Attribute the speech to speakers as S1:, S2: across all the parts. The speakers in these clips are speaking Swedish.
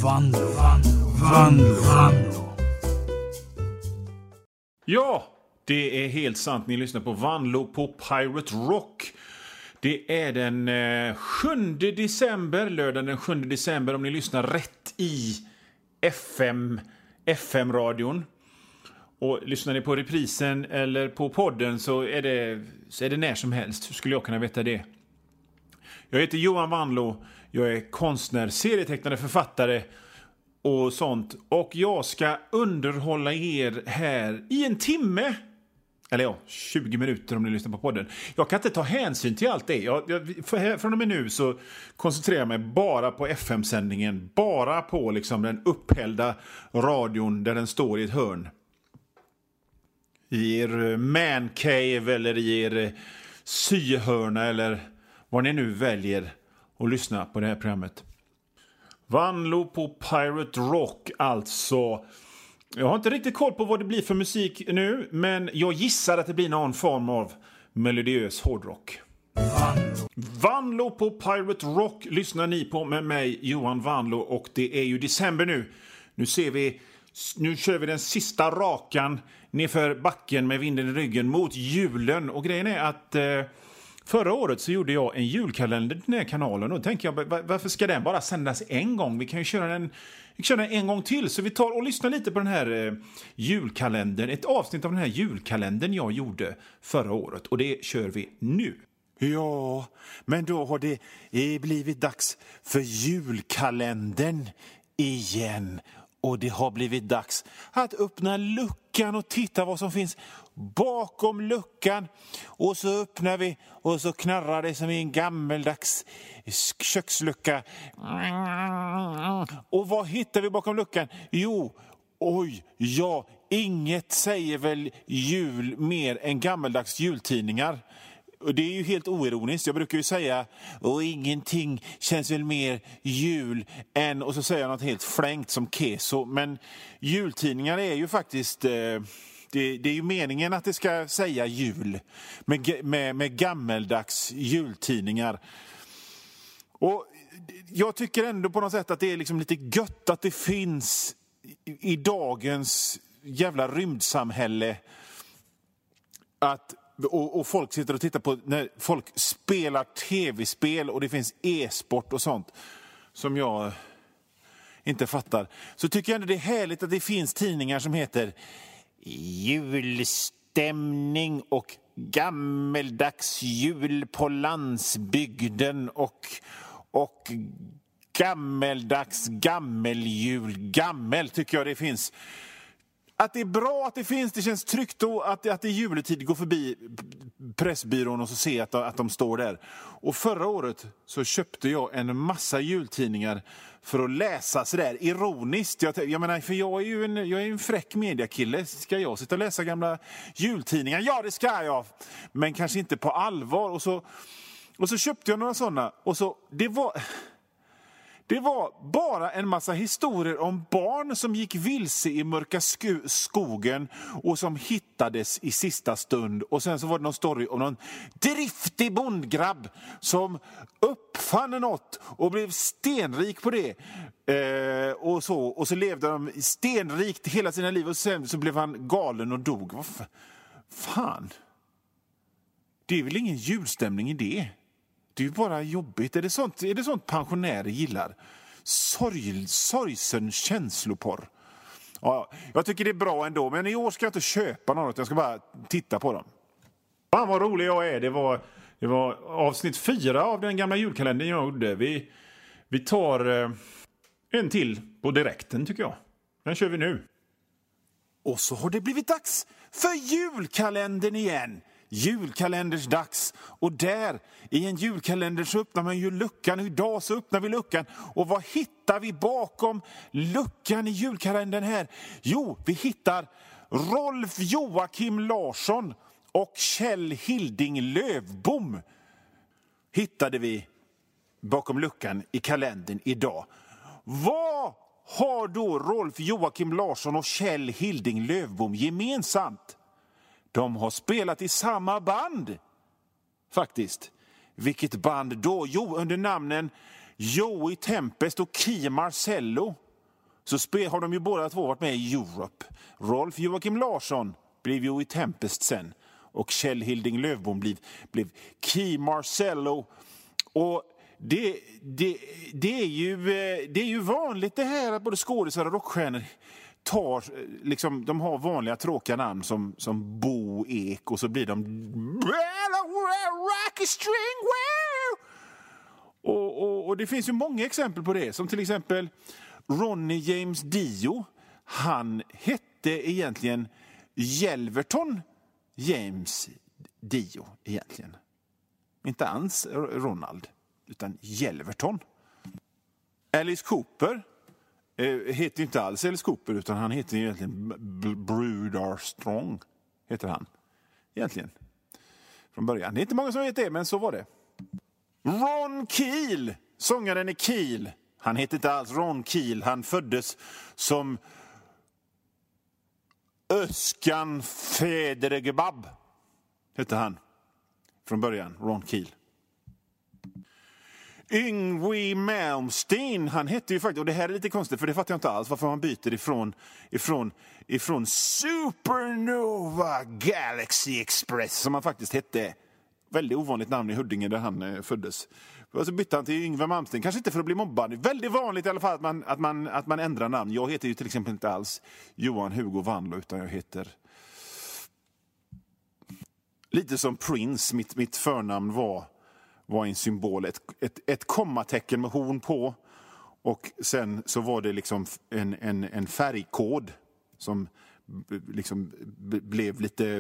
S1: Vanlo.
S2: Ja, det är helt sant. Ni lyssnar på Vanlo på Pirate Rock. Det är den 7 december, lördagen den 7 december om ni lyssnar rätt i FM-radion. Och lyssnar ni på reprisen eller på podden så är det när som helst. Hur skulle jag kunna veta det? Jag heter Johan Vanlo. Jag är konstnär, serietecknare, författare och sånt. Och jag ska underhålla er här i en timme. Eller ja, 20 minuter om ni lyssnar på podden. Jag kan inte ta hänsyn till allt det. Från och med nu så koncentrerar jag mig bara på FM-sändningen. Bara på liksom den upphällda radion där den står i ett hörn. I er mancave eller i er syhörna eller vad ni nu väljer att lyssna på det här programmet. Vanlo på Pirate Rock alltså. Jag har inte riktigt koll på vad det blir för musik nu, men jag gissar att det blir någon form av melodiös hårdrock. Vanlo på Pirate Rock lyssnar ni på med mig, Johan Vanlo, och det är ju december nu. Nu kör vi den sista rakan nerför backen med vinden i ryggen mot julen. Och grejen är att förra året så gjorde jag en julkalender till den här kanalen. Och då tänker jag, varför ska den bara sändas en gång? Vi kan ju köra den en gång till. Så vi tar och lyssnar lite på den här julkalendern. Ett avsnitt av den här julkalendern jag gjorde förra året. Och det kör vi nu. Ja, men då har det blivit dags för julkalendern igen. Och det har blivit dags att öppna luckan och titta vad som finns bakom luckan. Och så öppnar vi och så knarrar det som i en gammeldags kökslucka. Och vad hittar vi bakom luckan? Jo, inget säger väl jul mer än gammeldags jultidningar. Och det är ju helt oironiskt. Jag brukar ju säga och ingenting känns väl mer jul än, och så säger jag något helt flängt som keso. Men jultidningar är ju faktiskt det är ju meningen att det ska säga jul med gammeldags jultidningar. Och jag tycker ändå på något sätt att det är liksom lite gött att det finns i dagens jävla rymdsamhälle och folk sitter och tittar på när folk spelar tv-spel och det finns e-sport och sånt som jag inte fattar. Så tycker jag ändå det är härligt att det finns tidningar som heter Julstämning och Gammeldags jul på landsbygden och Gammeldags gammeljul. Gammel tycker jag det finns. Att det är bra att det finns, det känns tryggt då att det är juletid, går förbi Pressbyrån och så ser att de står där. Och förra året så köpte jag en massa jultidningar för att läsa sådär ironiskt. Jag menar, för jag är ju en fräck mediakille. Ska jag sitta och läsa gamla jultidningar? Ja, det ska jag. Men kanske inte på allvar. Och så köpte jag några sådana. Och så, det var bara en massa historier om barn som gick vilse i mörka skogen och som hittades i sista stund. Och sen så var det någon story om någon driftig bondgrabb som uppfann något och blev stenrik på det. Och så levde de stenrikt hela sina liv och sen så blev han galen och dog. Vad fan? Det är väl ingen julstämning i det? Det är ju bara jobbigt. Är det sånt pensionärer gillar? Sorgsen känsloporr. Ja, jag tycker det är bra ändå. Men i år ska jag inte köpa något. Jag ska bara titta på dem. Fan vad rolig jag är. Det var avsnitt 4 av den gamla julkalendern jag gjorde. Vi tar en till på direkten tycker jag. Den kör vi nu. Och så har det blivit dags för julkalendern igen. Julkalenders dags. Och där i en julkalender så öppnar man ju luckan. Idag så öppnar vi luckan. Och vad hittar vi bakom luckan i julkalendern här? Jo, vi hittar Rolf Joakim Larsson och Kjell Hilding Lövbom. Hittade vi bakom luckan i kalendern idag. Vad har då Rolf Joakim Larsson och Kjell Hilding Lövbom gemensamt? De har spelat i samma band, faktiskt. Vilket band då? Jo, under namnen Joey Tempest och Key Marcello. så har de ju båda två varit med i Europe. Rolf Joakim Larsson blev ju i Tempest sen. Och Kjell Hilding Löfbom blev Key Marcello. Och det är ju vanligt det här att både skådespelare och rockstjärnor liksom, de har vanliga tråkiga namn som Bo Ek, och så blir de Rocky String. Och det finns ju många exempel på det, som till exempel Ronnie James Dio. Han hette egentligen Yelverton James Dio egentligen. Inte alls Ronald, utan Yelverton. Alice Cooper heter ju inte alls Alice Cooper, utan han heter egentligen Brudar Strong, heter han egentligen från början. Det är inte många som vet det, men så var det. Ron Keel, sångaren i Keel. Han heter inte alls Ron Keel, han föddes som Özkan Federgebab, hette han från början, Ron Keel. Yngwie Malmsteen, han hette ju faktiskt, och det här är lite konstigt för det fattar jag inte alls varför han byter ifrån Supernova Galaxy Express, som han faktiskt hette. Väldigt ovanligt namn i Huddinge där han föddes. Och så bytte han till Yngwie Malmsteen, kanske inte för att bli mobbad. Väldigt vanligt i alla fall att man ändrar namn. Jag heter ju till exempel inte alls Johan Hugo Vanlo, utan jag heter lite som Prince. Mitt förnamn var en symbol, ett kommatecken med horn på, och sen så var det liksom en färgkod som liksom blev lite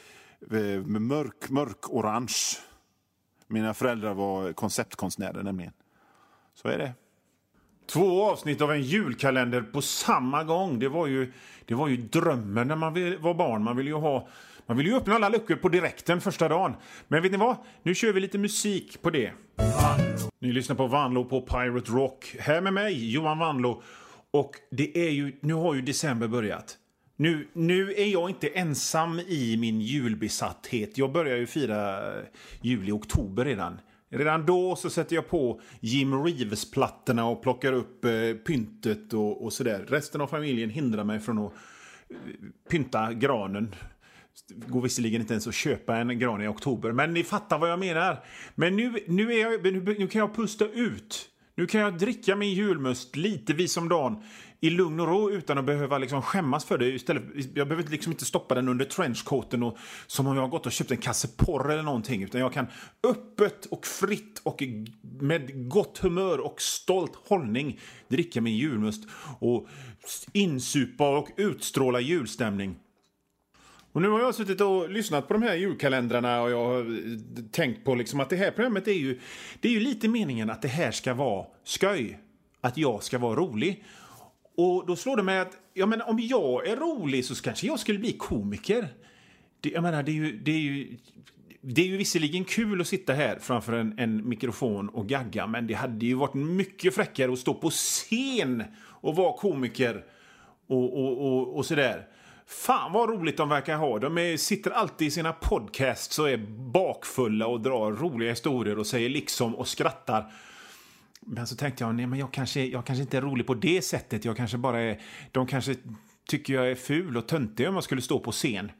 S2: mörk-orange. Mina föräldrar var konceptkonstnärer nämligen. Så är det. 2 avsnitt av en julkalender på samma gång. Det var ju drömmen när man var barn. Man ville ju öppna alla luckor på direkten första dagen. Men vet ni vad? Nu kör vi lite musik på det. Ni lyssnar på Vanlo på Pirate Rock. Här med mig, Johan Vanlo. Och nu har ju december börjat. Nu är jag inte ensam i min julbesatthet. Jag börjar ju fira jul i oktober redan. Redan då så sätter jag på Jim Reeves-plattorna och plockar upp pyntet och sådär. Resten av familjen hindrar mig från att pynta granen. Det går visserligen inte ens att köpa en gran i oktober, men ni fattar vad jag menar. Men nu kan jag pusta ut. Nu kan jag dricka min julmust lite vis om dagen i lugn och ro utan att behöva liksom skämmas för det. Istället, jag behöver liksom inte stoppa den under trenchcoaten och som om jag har gått och köpt en kasse porr eller någonting, utan jag kan öppet och fritt och med gott humör och stolt hållning dricka min julmust och insupa och utstråla julstämning. Och nu har jag suttit och lyssnat på de här julkalendrarna och jag har tänkt på liksom att det här programmet det är ju lite meningen att det här ska vara skoj. Att jag ska vara rolig. Och då slår det mig att om jag är rolig så kanske jag skulle bli komiker. Det är ju visserligen kul att sitta här framför en mikrofon och gagga, men det hade ju varit mycket fräckare att stå på scen och vara komiker och sådär. Fan vad roligt de verkar ha. De sitter alltid i sina podcasts och är bakfulla och drar roliga historier och säger liksom och skrattar. Men så tänkte jag, nej men jag kanske inte är rolig på det sättet. Jag kanske bara är, de kanske tycker jag är ful och töntig om jag skulle stå på scen.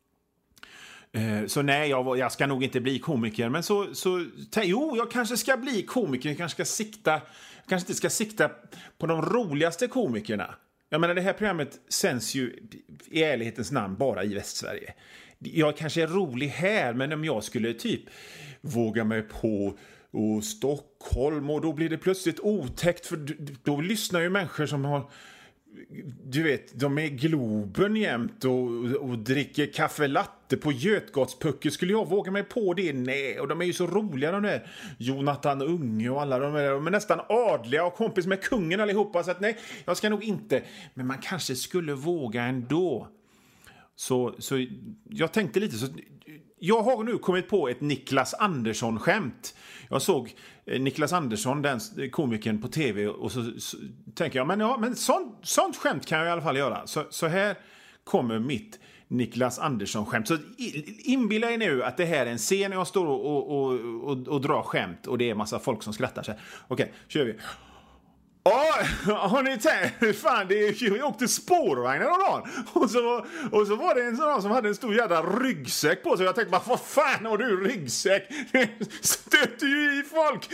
S2: Så nej, jag ska nog inte bli komiker. Men jag kanske ska bli komiker. Jag kanske inte ska sikta på de roligaste komikerna. Jag menar, det här programmet sänds ju i ärlighetens namn bara i Västsverige. Jag kanske är rolig här, men om jag skulle typ våga mig på Stockholm och då blir det plötsligt otäckt, för då lyssnar ju människor som har, du vet, de är Globen jämt och dricker kaffe latte på Götgatspucke. Skulle jag våga mig på det? Nej, och de är ju så roliga de där Jonathan Unge och alla de är nästan adliga och kompis med kungen allihopa, så att nej, jag ska nog inte, men man kanske skulle våga ändå. Så jag tänkte lite så. Jag har nu kommit på ett Niklas Andersson-skämt. Jag såg Niklas Andersson, den komikern, på tv och så tänker jag, men sånt skämt kan jag i alla fall göra. Så här kommer mitt Niklas Andersson-skämt. Så inbilla er nu att det här är en scen och jag står och drar skämt och det är en massa folk som skrattar sig. Okej, kör vi.
S3: Ja, har ni tänkt? Fan, jag åkte spårvagn häromdagen. Och så var det en sån som hade en stor jävla ryggsäck på sig. Jag tänkte, vad fan har du ryggsäck? Stöter ju i folk.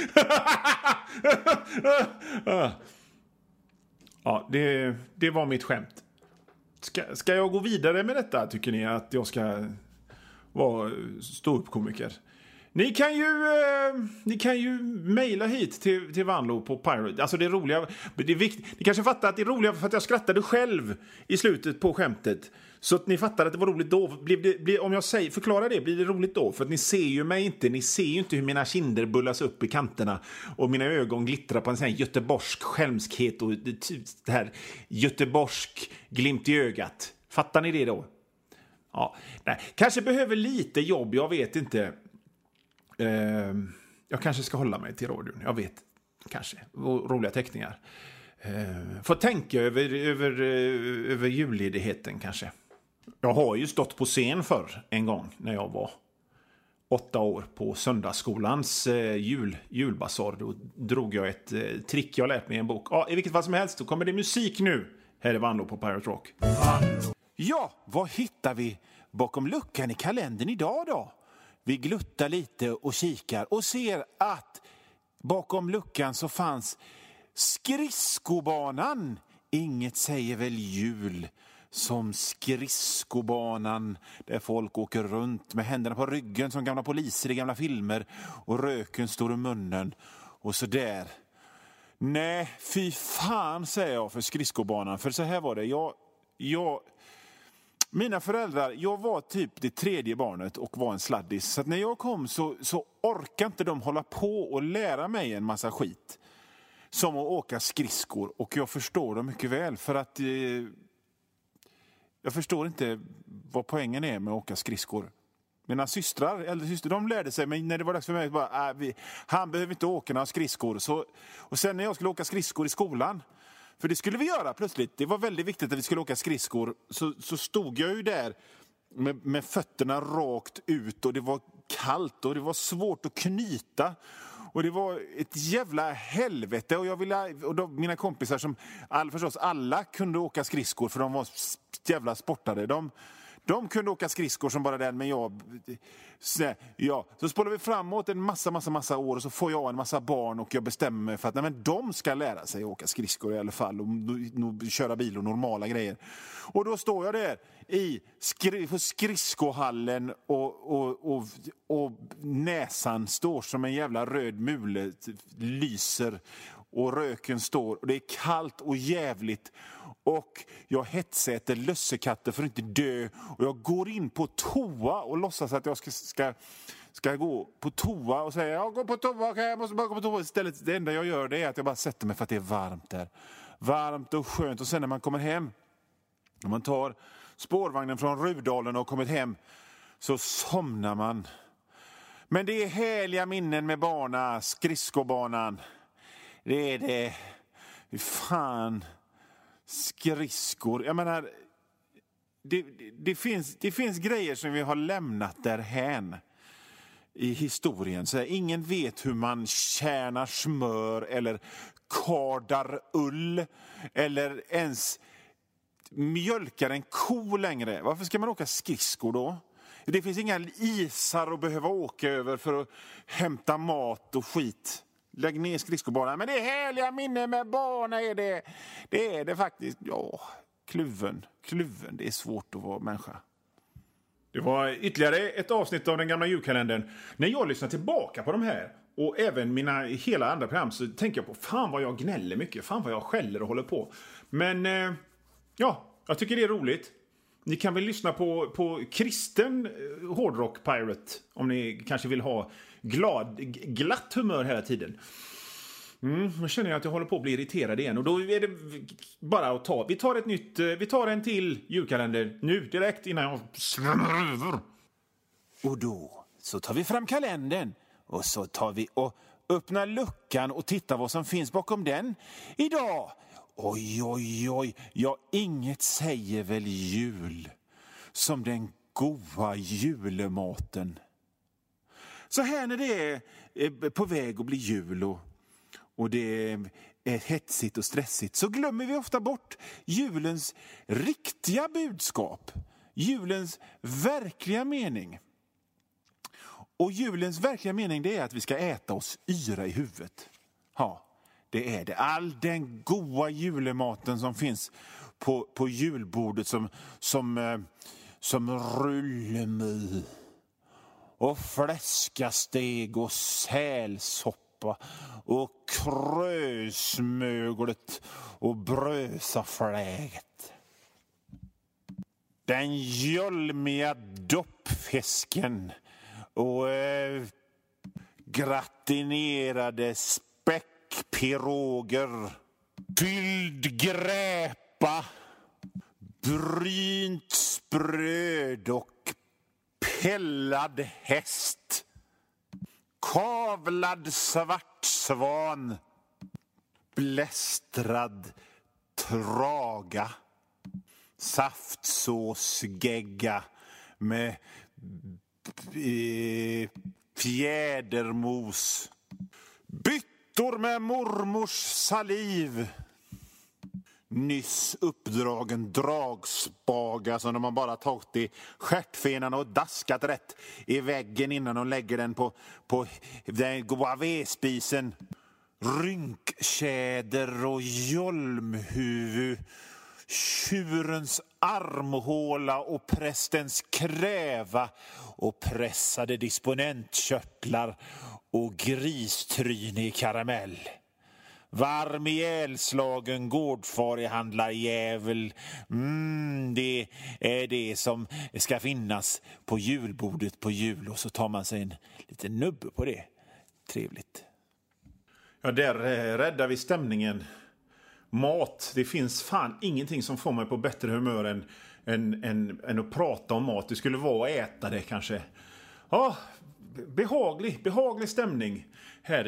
S3: Ja, det var mitt skämt. Ska jag gå vidare med detta, tycker ni, att jag ska vara ståuppkomiker? Ni kan ju mejla hit till Vanlo på Pirate. Alltså det roliga, det är viktigt. Ni kanske fattar att det är roligt för att jag skrattade själv i slutet på skämtet. Så att ni fattar att det var roligt då. Om jag förklarar det, blir det roligt då? För att ni ser ju mig inte. Ni ser ju inte hur mina kinder bullas upp i kanterna. Och mina ögon glittrar på en sån här göteborgsk skälmskhet. Och det här göteborgsk glimt i ögat. Fattar ni det då? Ja, nej. Kanske behöver lite jobb, jag vet inte. Jag kanske ska hålla mig till radion. Jag vet, kanske. Och roliga teckningar. Får tänka över julledigheten kanske. Jag har ju stått på scen för en gång när jag var 8 år på söndagsskolans julbasar. Då drog jag ett trick jag lärt mig i en bok. Ja, i vilket fall som helst, då kommer det musik nu. Här är Vanlo på Pirate Rock.
S2: Ja, vad hittar vi bakom luckan i kalendern idag då? Vi gluttar lite och kikar och ser att bakom luckan så fanns skridskobanan. Inget säger väl jul som skridskobanan där folk åker runt med händerna på ryggen som gamla poliser i gamla filmer och röken står i munnen och så där. Nej, fy fan säger jag för skridskobanan, för så här var det. Mina föräldrar, jag var typ det 3:e barnet och var en sladdis. Så att när jag kom så orkade inte de hålla på och lära mig en massa skit. Som att åka skridskor. Och jag förstår det mycket väl. För att jag förstår inte vad poängen är med att åka skridskor. Mina äldre systrar, de lärde sig. Men när det var dags för mig, bara, han behöver inte åka några skridskor. Och sen när jag skulle åka skridskor i skolan. För det skulle vi göra plötsligt. Det var väldigt viktigt att vi skulle åka skridskor. Så stod jag ju där med fötterna rakt ut. Och det var kallt och det var svårt att knyta. Och det var ett jävla helvete. Och mina kompisar som förstås alla kunde åka skridskor. För de var jävla sportare. De kunde åka skridskor som bara den, men så spålar vi framåt en massa år och så får jag en massa barn och jag bestämmer mig för att de ska lära sig åka skridskor i alla fall och köra bil och normala grejer. Och då står jag där på skridskohallen och näsan står som en jävla röd mule, lyser och röken står och det är kallt och jävligt. Och jag hetsäter lössekatter för att inte dö. Och jag går in på toa och låtsas att jag ska gå på toa och säga jag går på toa, okay, jag måste bara gå på toa. Istället, det enda jag gör det är att jag bara sätter mig för att det är varmt där. Varmt och skönt. Och sen när man kommer hem, när man tar spårvagnen från Rudalen och kommit hem, så somnar man. Men det är härliga minnen med skridskobanan. Det är det. Fan. Skridskor. Jag menar, det finns grejer som vi har lämnat därhän i historien. Så ingen vet hur man kärnar smör eller kardar ull eller ens mjölkar en ko längre. Varför ska man åka skridskor då? Det finns inga isar att behöva åka över för att hämta mat och skit. Lägg ner skridskobanan. Men det är härliga minnen med barna är det. Det är det faktiskt. Ja, kluven. Det är svårt att vara människa.
S3: Det var ytterligare ett avsnitt av den gamla julkalendern. När jag lyssnar tillbaka på de här och även mina hela andra program så tänker jag på fan vad jag gnäller mycket. Fan vad jag skäller och håller på. Men jag tycker det är roligt. Ni kan väl lyssna på kristen hårdrock pirate om ni kanske vill ha glatt humör hela tiden. Nu känner jag att jag håller på att bli irriterad igen. Och då är det bara att ta. Vi tar en till julkalender nu direkt innan jag svämmar över.
S2: Och då så tar vi fram kalendern. Och så tar vi och öppnar luckan och tittar vad som finns bakom den idag. Oj. Ja, inget säger väl jul som den goda julematen. Så här när det är på väg att bli jul och det är hetsigt och stressigt så glömmer vi ofta bort julens riktiga budskap. Julens verkliga mening. Och julens verkliga mening, det är att vi ska äta oss yra i huvudet. Ja, det är det. All den goda julematen som finns på julbordet som rullemö och fläskasteg och sälsoppa och krösmöglet och brösafläget. Den jolmiga doppfisken och gratinerade späckpiroger, fylld gräpa, brynt spröd och pellad häst, kavlad svartsvan, blästrad traga, saftsåsgegga med fjädermos, byttor med mormors saliv, nyss uppdragen dragspaga som de har bara tagit i stjärtfenan och daskat rätt i väggen innan de lägger den på den goda vedspisen. Rynktjäder och jolmhuvud, tjurens armhåla och prästens kräva och pressade disponentkörtlar och gristryne i karamell. Varm ihjälslagen gårdfarihandlarjävel. Det är det som ska finnas på julbordet på jul. Och så tar man sig en liten nubbe på det. Trevligt.
S3: Ja, där räddar vi stämningen. Mat, det finns fan ingenting som får mig på bättre humör än att prata om mat. Det skulle vara att äta det kanske. Ja, behaglig stämning här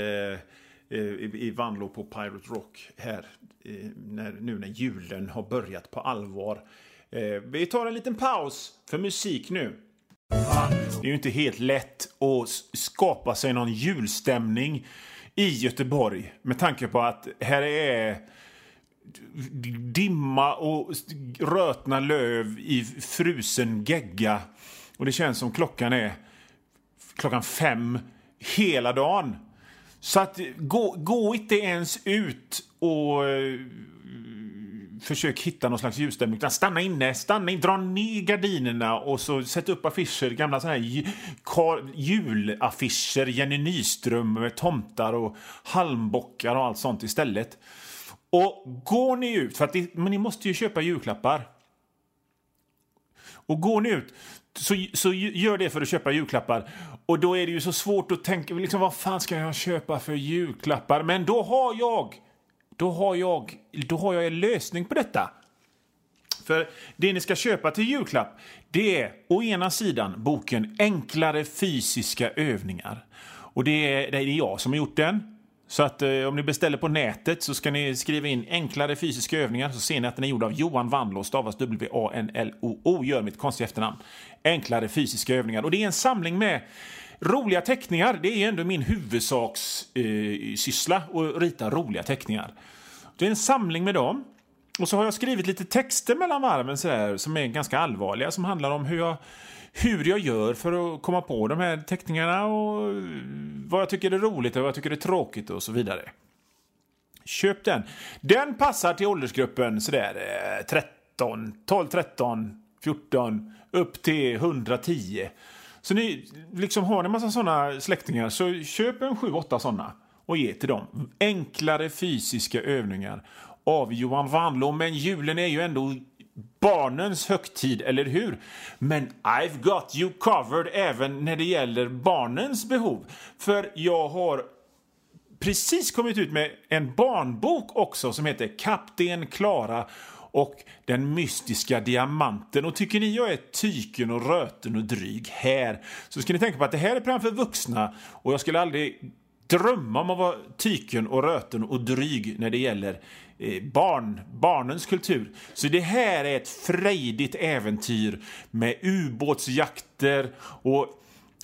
S3: i Vanlo på Pirate Rock här när julen har börjat på allvar. Vi tar en liten paus för musik nu. Det är ju inte helt lätt att skapa sig någon julstämning i Göteborg med tanke på att här är dimma och rötna löv i frusen gegga och det känns som klockan är 5 hela dagen. Så att gå inte ens ut och försök hitta någon slags ljusstämning. Utan stanna in, dra ner gardinerna och så sätt upp affischer, gamla såna här julaffischer, Jenny Nyström med tomtar och halmbockar och allt sånt istället. Och går ni ut, men ni måste ju köpa julklappar. Och går ni ut så gör det för att köpa julklappar. Och då är det ju så svårt att tänka liksom, vad fan ska jag köpa för julklappar? Men då har jag en lösning på detta. För det ni ska köpa till julklapp, det är å ena sidan boken Enklare fysiska övningar. Och det är jag som har gjort den. Så att om ni beställer på nätet så ska ni skriva in enklare fysiska övningar, så ser ni att den är gjord av Johan Vanlo, stavas W-A-N-L-O-O, gör mitt konstiga efternamn. Enklare fysiska övningar. Och det är en samling med roliga teckningar. Det är ändå min huvudsakssyssla att rita roliga teckningar. Det är en samling med dem. Och så har jag skrivit lite texter mellan varven sådär, som är ganska allvarliga, som handlar om hur jag gör för att komma på de här teckningarna och vad jag tycker är roligt och vad jag tycker är tråkigt och så vidare. Köp den. Den passar till åldersgruppen sådär 12, 13, 14 upp till 110. Så ni liksom har en massa sådana släktingar, så köp en 7-8 sådana och ge till dem. Enklare fysiska övningar av Johan Vanlo. Men julen är ju ändå barnens högtid, eller hur? Men I've got you covered även när det gäller barnens behov. För jag har precis kommit ut med en barnbok också som heter Kapten Klara och den mystiska diamanten. Och tycker ni jag är tyken och röten och dryg här, så ska ni tänka på att det här är program för vuxna. Och jag skulle aldrig drömma om att vara tyken och röten och dryg när det gäller barnens kultur. Så det här är ett frejdigt äventyr med ubåtsjakter och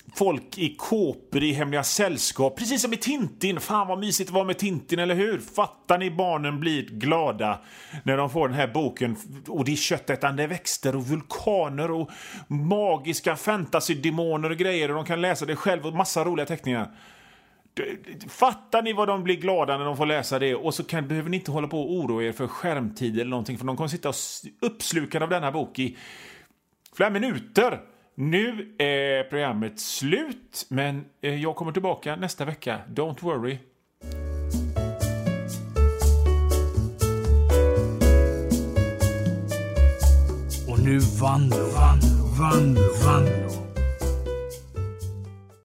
S3: folk i kåpor i hemliga sällskap. Precis som i Tintin. Fan vad mysigt det var med Tintin, eller hur? Fattar ni, barnen blir glada när de får den här boken. Och det är köttätande växter och vulkaner och magiska fantasy-demoner och grejer. Och de kan läsa det själv och massa roliga teckningar. Fattar ni vad de blir glada när de får läsa det? Och så behöver ni inte hålla på och oroa er för skärmtid eller någonting. För de kommer sitta uppslukade av denna bok i flera minuter. Nu är programmet slut, men jag kommer tillbaka nästa vecka. Don't worry.
S1: Och nu Vanlo.